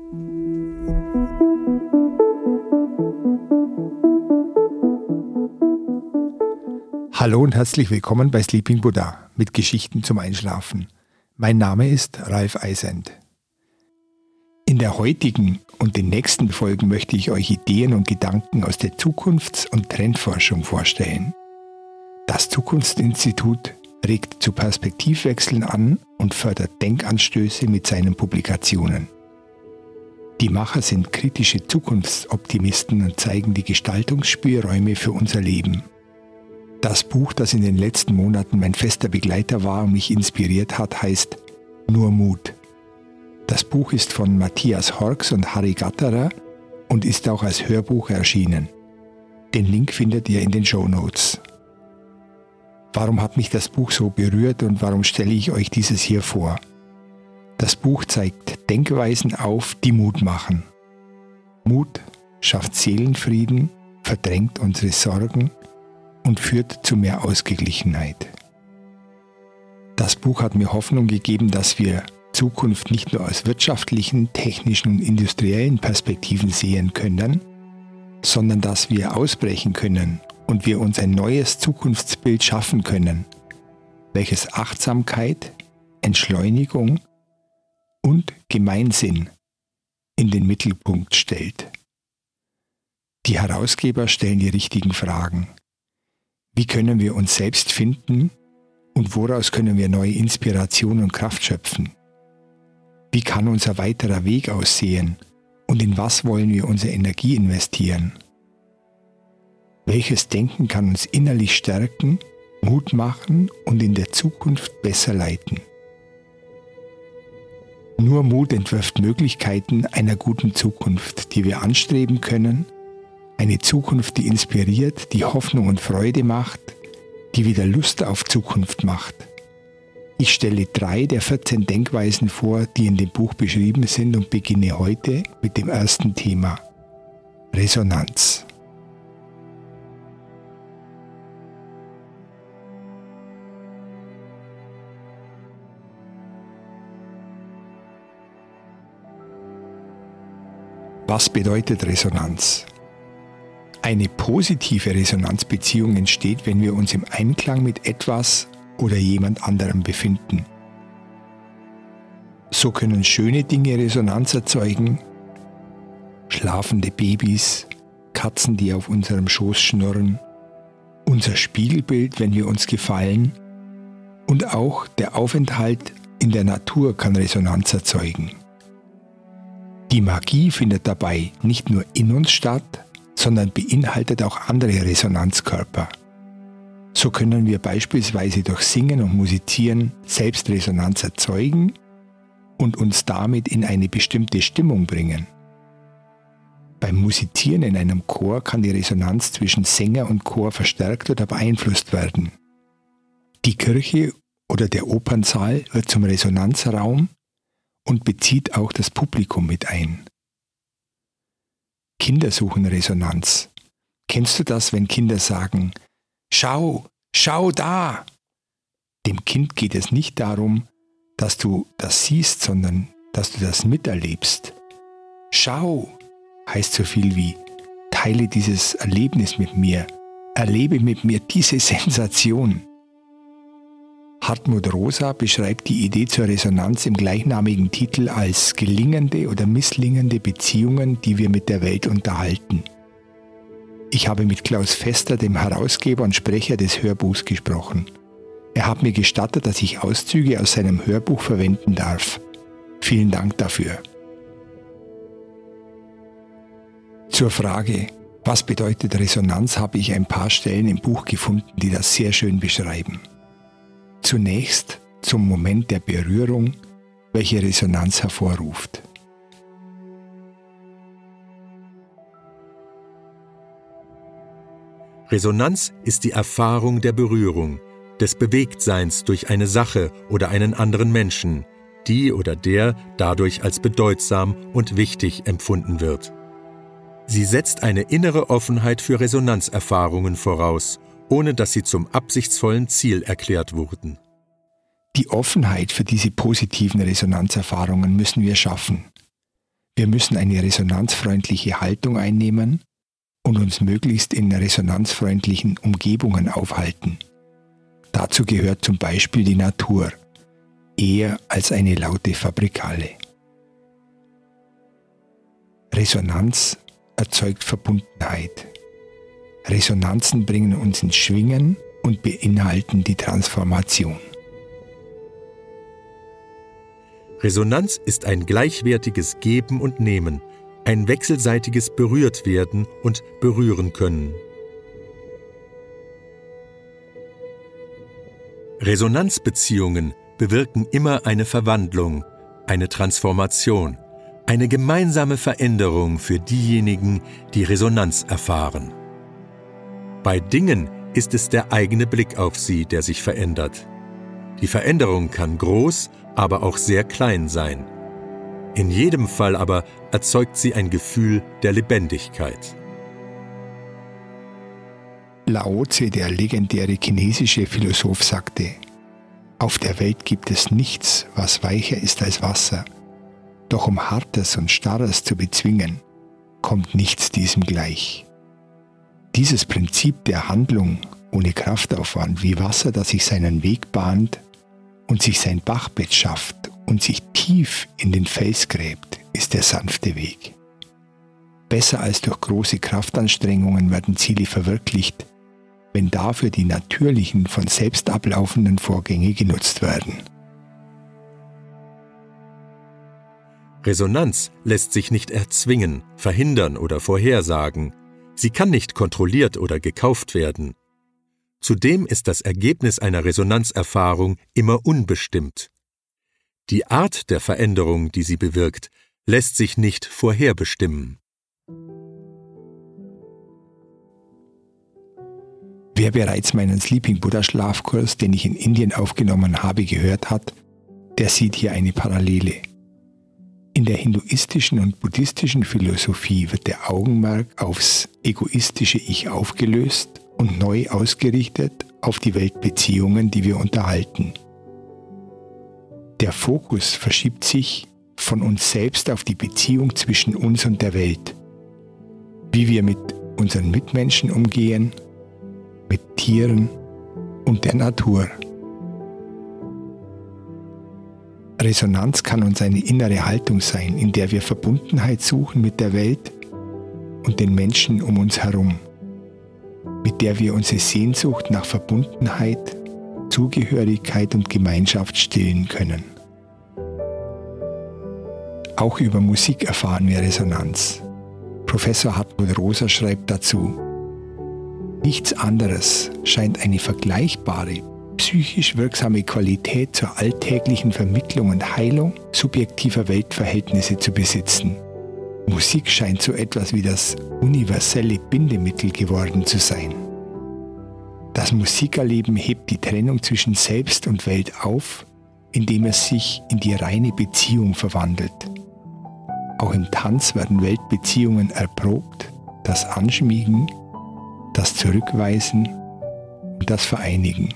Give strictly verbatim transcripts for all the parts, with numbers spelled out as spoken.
Hallo und herzlich willkommen bei Sleeping Buddha mit Geschichten zum Einschlafen. Mein Name ist Ralf Eisend. In der heutigen und den nächsten Folgen möchte ich euch Ideen und Gedanken aus der Zukunfts- und Trendforschung vorstellen. Das Zukunftsinstitut regt zu Perspektivwechseln an und fördert Denkanstöße mit seinen Publikationen. Die Macher sind kritische Zukunftsoptimisten und zeigen die Gestaltungsspielräume für unser Leben. Das Buch, das in den letzten Monaten mein fester Begleiter war und mich inspiriert hat, heißt Nur Mut. Das Buch ist von Matthias Horks und Harry Gatterer und ist auch als Hörbuch erschienen. Den Link findet ihr in den Shownotes. Warum hat mich das Buch so berührt und warum stelle ich euch dieses hier vor? Das Buch zeigt Denkweisen auf, die Mut machen. Mut schafft Seelenfrieden, verdrängt unsere Sorgen und führt zu mehr Ausgeglichenheit. Das Buch hat mir Hoffnung gegeben, dass wir Zukunft nicht nur aus wirtschaftlichen, technischen und industriellen Perspektiven sehen können, sondern dass wir ausbrechen können und wir uns ein neues Zukunftsbild schaffen können, welches Achtsamkeit, Entschleunigung und Gemeinsinn in den Mittelpunkt stellt. Die Herausgeber stellen die richtigen Fragen. Wie können wir uns selbst finden und woraus können wir neue Inspiration und Kraft schöpfen? Wie kann unser weiterer Weg aussehen und in was wollen wir unsere Energie investieren? Welches Denken kann uns innerlich stärken, Mut machen und in der Zukunft besser leiten? Nur Mut entwirft Möglichkeiten einer guten Zukunft, die wir anstreben können. Eine Zukunft, die inspiriert, die Hoffnung und Freude macht, die wieder Lust auf Zukunft macht. Ich stelle drei der vierzehn Denkweisen vor, die in dem Buch beschrieben sind und beginne heute mit dem ersten Thema: Resonanz. Was bedeutet Resonanz? Eine positive Resonanzbeziehung entsteht, wenn wir uns im Einklang mit etwas oder jemand anderem befinden. So können schöne Dinge Resonanz erzeugen, schlafende Babys, Katzen, die auf unserem Schoß schnurren, unser Spiegelbild, wenn wir uns gefallen, und auch der Aufenthalt in der Natur kann Resonanz erzeugen. Die Magie findet dabei nicht nur in uns statt, sondern beinhaltet auch andere Resonanzkörper. So können wir beispielsweise durch Singen und Musizieren selbst Resonanz erzeugen und uns damit in eine bestimmte Stimmung bringen. Beim Musizieren in einem Chor kann die Resonanz zwischen Sänger und Chor verstärkt oder beeinflusst werden. Die Kirche oder der Opernsaal wird zum Resonanzraum und bezieht auch das Publikum mit ein. Kinder suchen Resonanz. Kennst du das, wenn Kinder sagen, schau, schau da? Dem Kind geht es nicht darum, dass du das siehst, sondern dass du das miterlebst. Schau heißt so viel wie, teile dieses Erlebnis mit mir, erlebe mit mir diese Sensation. Hartmut Rosa beschreibt die Idee zur Resonanz im gleichnamigen Titel als gelingende oder misslingende Beziehungen, die wir mit der Welt unterhalten. Ich habe mit Klaus Fester, dem Herausgeber und Sprecher des Hörbuchs, gesprochen. Er hat mir gestattet, dass ich Auszüge aus seinem Hörbuch verwenden darf. Vielen Dank dafür. Zur Frage, was bedeutet Resonanz, habe ich ein paar Stellen im Buch gefunden, die das sehr schön beschreiben. Zunächst zum Moment der Berührung, welche Resonanz hervorruft. Resonanz ist die Erfahrung der Berührung, des Bewegtseins durch eine Sache oder einen anderen Menschen, die oder der dadurch als bedeutsam und wichtig empfunden wird. Sie setzt eine innere Offenheit für Resonanzerfahrungen voraus, ohne dass sie zum absichtsvollen Ziel erklärt wurden. Die Offenheit für diese positiven Resonanzerfahrungen müssen wir schaffen. Wir müssen eine resonanzfreundliche Haltung einnehmen und uns möglichst in resonanzfreundlichen Umgebungen aufhalten. Dazu gehört zum Beispiel die Natur, eher als eine laute Fabrikale. Resonanz erzeugt Verbundenheit. Resonanzen bringen uns ins Schwingen und beinhalten die Transformation. Resonanz ist ein gleichwertiges Geben und Nehmen, ein wechselseitiges Berührtwerden und berühren können. Resonanzbeziehungen bewirken immer eine Verwandlung, eine Transformation, eine gemeinsame Veränderung für diejenigen, die Resonanz erfahren. Bei Dingen ist es der eigene Blick auf sie, der sich verändert. Die Veränderung kann groß, aber auch sehr klein sein. In jedem Fall aber erzeugt sie ein Gefühl der Lebendigkeit. Lao Tse, der legendäre chinesische Philosoph, sagte: Auf der Welt gibt es nichts, was weicher ist als Wasser. Doch um Hartes und Starres zu bezwingen, kommt nichts diesem gleich. Dieses Prinzip der Handlung ohne Kraftaufwand, wie Wasser, das sich seinen Weg bahnt und sich sein Bachbett schafft und sich tief in den Fels gräbt, ist der sanfte Weg. Besser als durch große Kraftanstrengungen werden Ziele verwirklicht, wenn dafür die natürlichen, von selbst ablaufenden Vorgänge genutzt werden. Resonanz lässt sich nicht erzwingen, verhindern oder vorhersagen. Sie kann nicht kontrolliert oder gekauft werden. Zudem ist das Ergebnis einer Resonanzerfahrung immer unbestimmt. Die Art der Veränderung, die sie bewirkt, lässt sich nicht vorherbestimmen. Wer bereits meinen Sleeping Buddha Schlafkurs, den ich in Indien aufgenommen habe, gehört hat, der sieht hier eine Parallele. In der hinduistischen und buddhistischen Philosophie wird der Augenmerk aufs egoistische Ich aufgelöst und neu ausgerichtet auf die Weltbeziehungen, die wir unterhalten. Der Fokus verschiebt sich von uns selbst auf die Beziehung zwischen uns und der Welt. Wie wir mit unseren Mitmenschen umgehen, mit Tieren und der Natur. Resonanz kann uns eine innere Haltung sein, in der wir Verbundenheit suchen mit der Welt und den Menschen um uns herum, mit der wir unsere Sehnsucht nach Verbundenheit, Zugehörigkeit und Gemeinschaft stillen können. Auch über Musik erfahren wir Resonanz. Professor Hartmut Rosa schreibt dazu: Nichts anderes scheint eine vergleichbare, psychisch wirksame Qualität zur alltäglichen Vermittlung und Heilung subjektiver Weltverhältnisse zu besitzen. Musik scheint so etwas wie das universelle Bindemittel geworden zu sein. Das Musikerleben hebt die Trennung zwischen Selbst und Welt auf, indem es sich in die reine Beziehung verwandelt. Auch im Tanz werden Weltbeziehungen erprobt, das Anschmiegen, das Zurückweisen und das Vereinigen.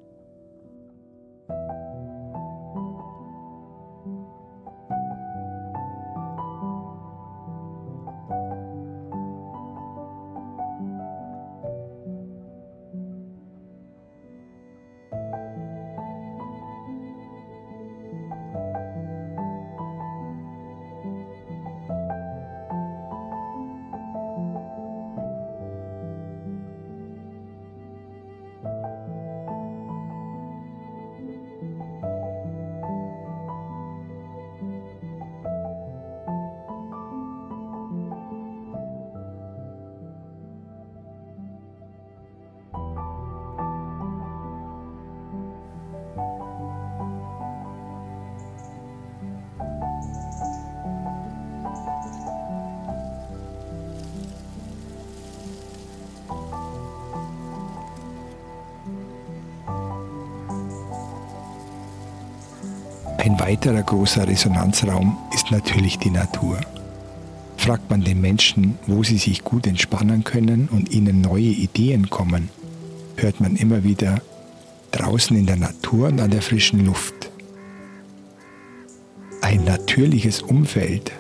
Ein weiterer großer Resonanzraum ist natürlich die Natur. Fragt man den Menschen, wo sie sich gut entspannen können und ihnen neue Ideen kommen, hört man immer wieder: draußen in der Natur und an der frischen Luft. Ein natürliches Umfeld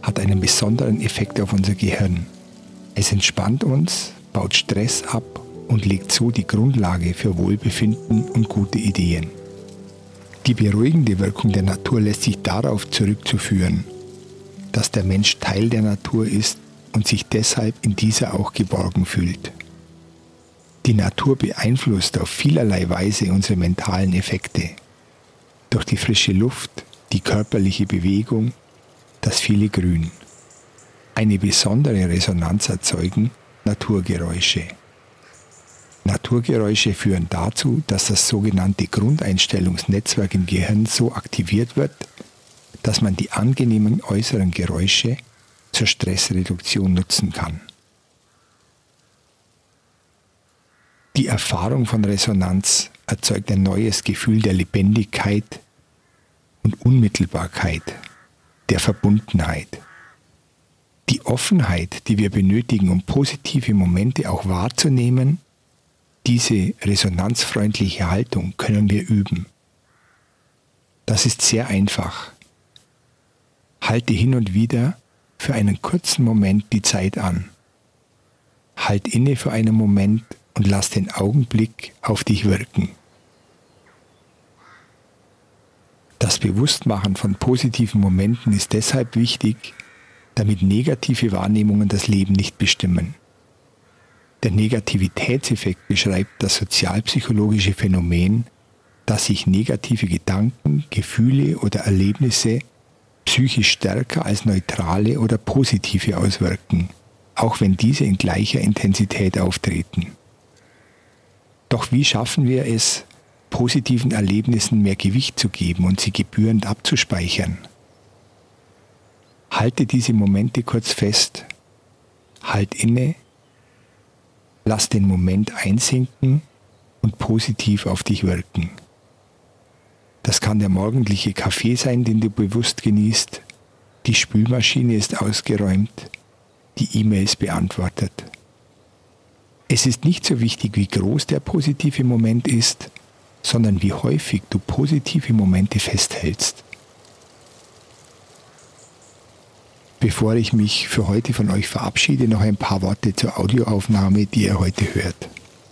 hat einen besonderen Effekt auf unser Gehirn. Es entspannt uns, baut Stress ab und legt so die Grundlage für Wohlbefinden und gute Ideen. Die beruhigende Wirkung der Natur lässt sich darauf zurückzuführen, dass der Mensch Teil der Natur ist und sich deshalb in dieser auch geborgen fühlt. Die Natur beeinflusst auf vielerlei Weise unsere mentalen Effekte. Durch die frische Luft, die körperliche Bewegung, das viele Grün. Eine besondere Resonanz erzeugen Naturgeräusche. Naturgeräusche führen dazu, dass das sogenannte Grundeinstellungsnetzwerk im Gehirn so aktiviert wird, dass man die angenehmen äußeren Geräusche zur Stressreduktion nutzen kann. Die Erfahrung von Resonanz erzeugt ein neues Gefühl der Lebendigkeit und Unmittelbarkeit, der Verbundenheit. Die Offenheit, die wir benötigen, um positive Momente auch wahrzunehmen, diese resonanzfreundliche Haltung können wir üben. Das ist sehr einfach. Halte hin und wieder für einen kurzen Moment die Zeit an. Halt inne für einen Moment und lass den Augenblick auf dich wirken. Das Bewusstmachen von positiven Momenten ist deshalb wichtig, damit negative Wahrnehmungen das Leben nicht bestimmen. Der Negativitätseffekt beschreibt das sozialpsychologische Phänomen, dass sich negative Gedanken, Gefühle oder Erlebnisse psychisch stärker als neutrale oder positive auswirken, auch wenn diese in gleicher Intensität auftreten. Doch wie schaffen wir es, positiven Erlebnissen mehr Gewicht zu geben und sie gebührend abzuspeichern? Halte diese Momente kurz fest, halt inne, lass den Moment einsinken und positiv auf dich wirken. Das kann der morgendliche Kaffee sein, den du bewusst genießt, die Spülmaschine ist ausgeräumt, die E-Mails beantwortet. Es ist nicht so wichtig, wie groß der positive Moment ist, sondern wie häufig du positive Momente festhältst. Bevor ich mich für heute von euch verabschiede, noch ein paar Worte zur Audioaufnahme, die ihr heute hört.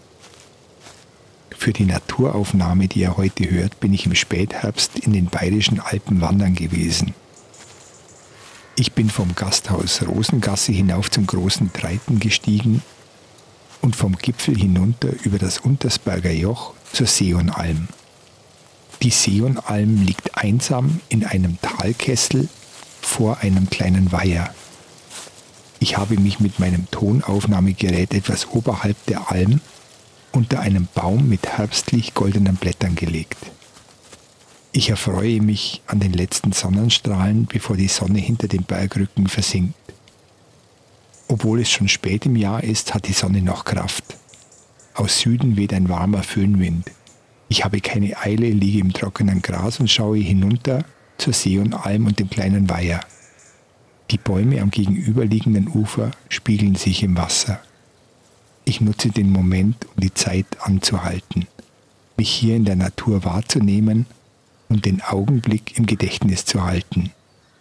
Für die Naturaufnahme, die ihr heute hört, bin ich im Spätherbst in den Bayerischen Alpen wandern gewesen. Ich bin vom Gasthaus Rosengasse hinauf zum Großen Treiten gestiegen und vom Gipfel hinunter über das Untersberger Joch zur Seonalm. Die Seonalm liegt einsam in einem Talkessel vor einem kleinen Weiher. Ich habe mich mit meinem Tonaufnahmegerät etwas oberhalb der Alm unter einem Baum mit herbstlich goldenen Blättern gelegt. Ich erfreue mich an den letzten Sonnenstrahlen, bevor die Sonne hinter den Bergrücken versinkt. Obwohl es schon spät im Jahr ist, hat die Sonne noch Kraft. Aus Süden weht ein warmer Föhnwind. Ich habe keine Eile, liege im trockenen Gras und schaue hinunter zur Seonalm und dem kleinen Weiher. Die Bäume am gegenüberliegenden Ufer spiegeln sich im Wasser. Ich nutze den Moment, um die Zeit anzuhalten, mich hier in der Natur wahrzunehmen und den Augenblick im Gedächtnis zu halten.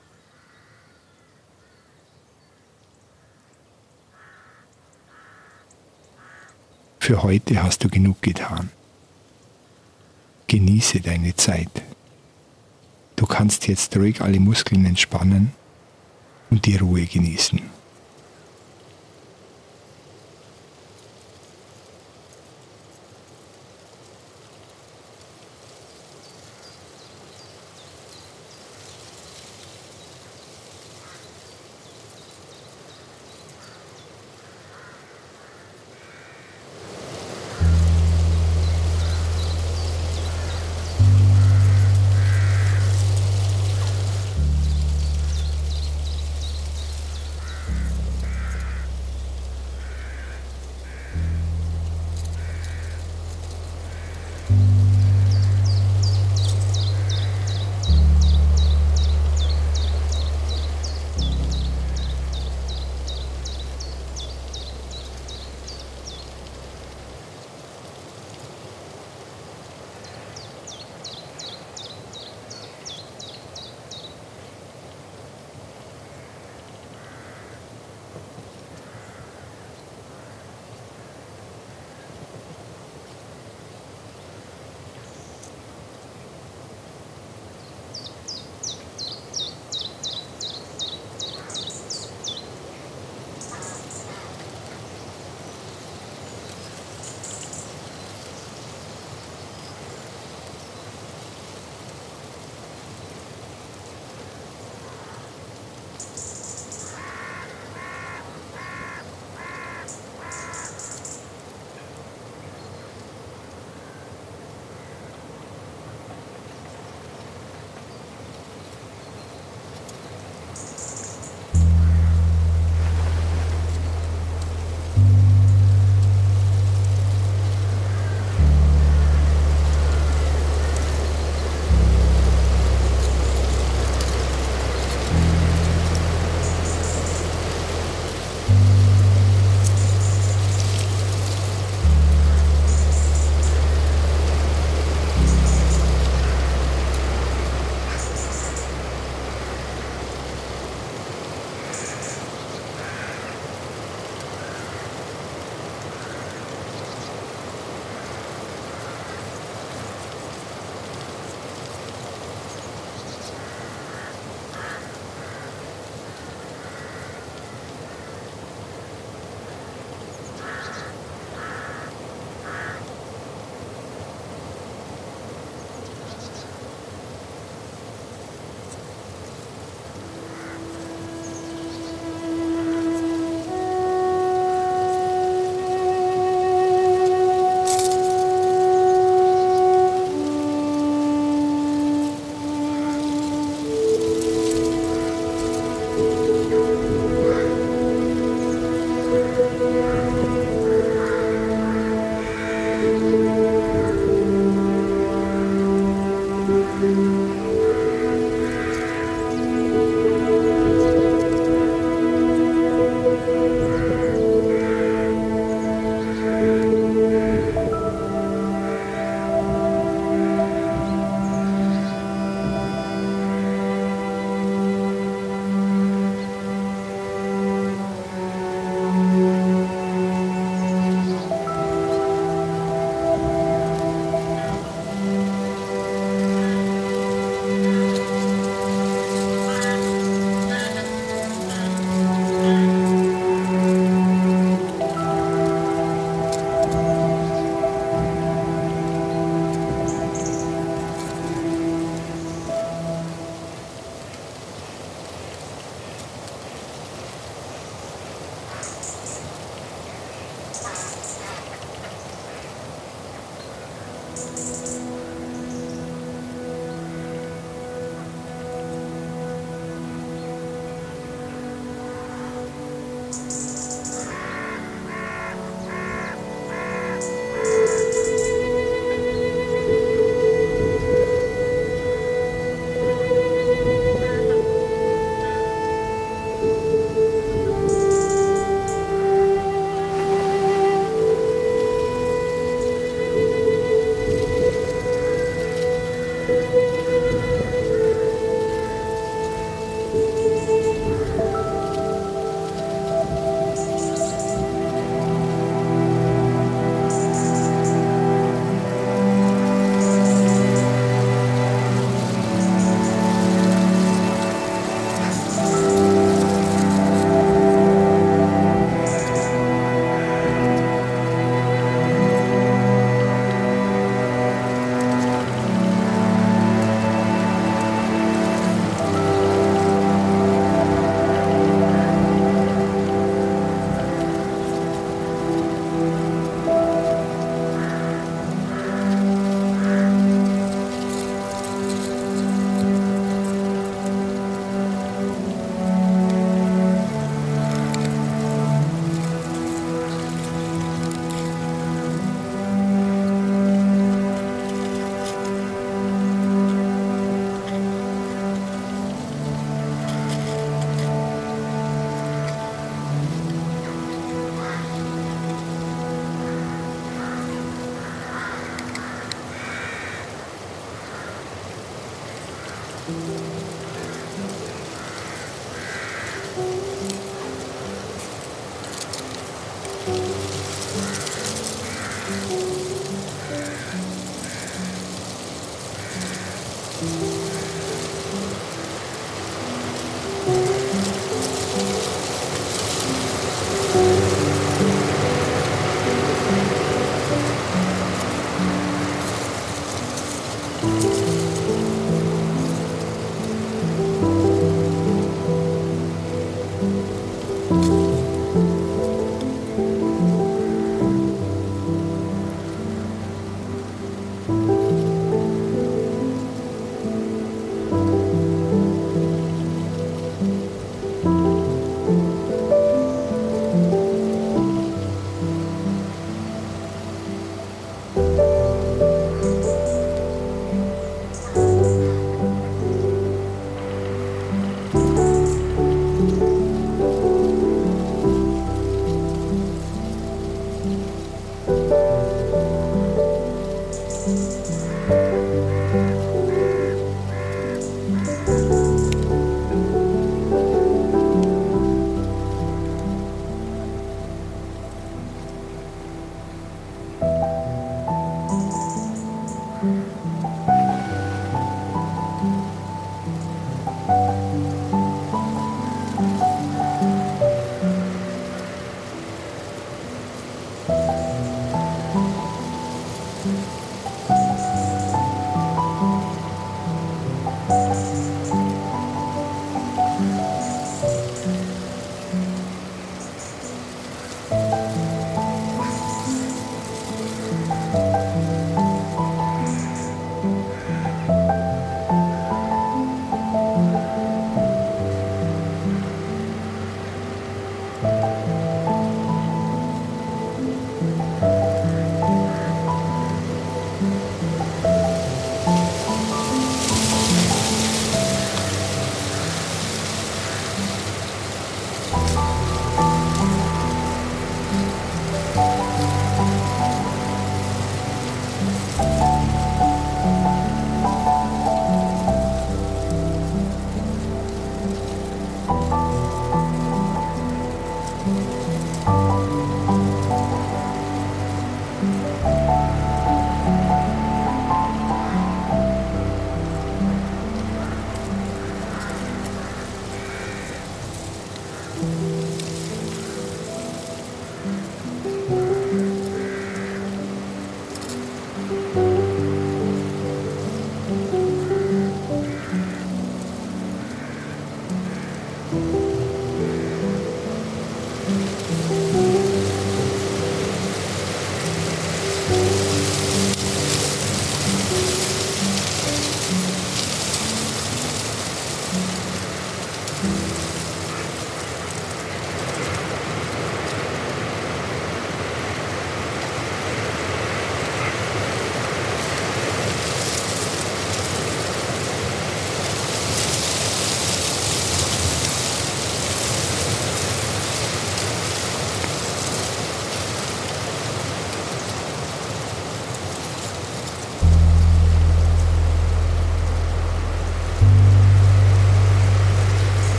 Für heute hast du genug getan. Genieße deine Zeit. Du kannst jetzt ruhig alle Muskeln entspannen und die Ruhe genießen.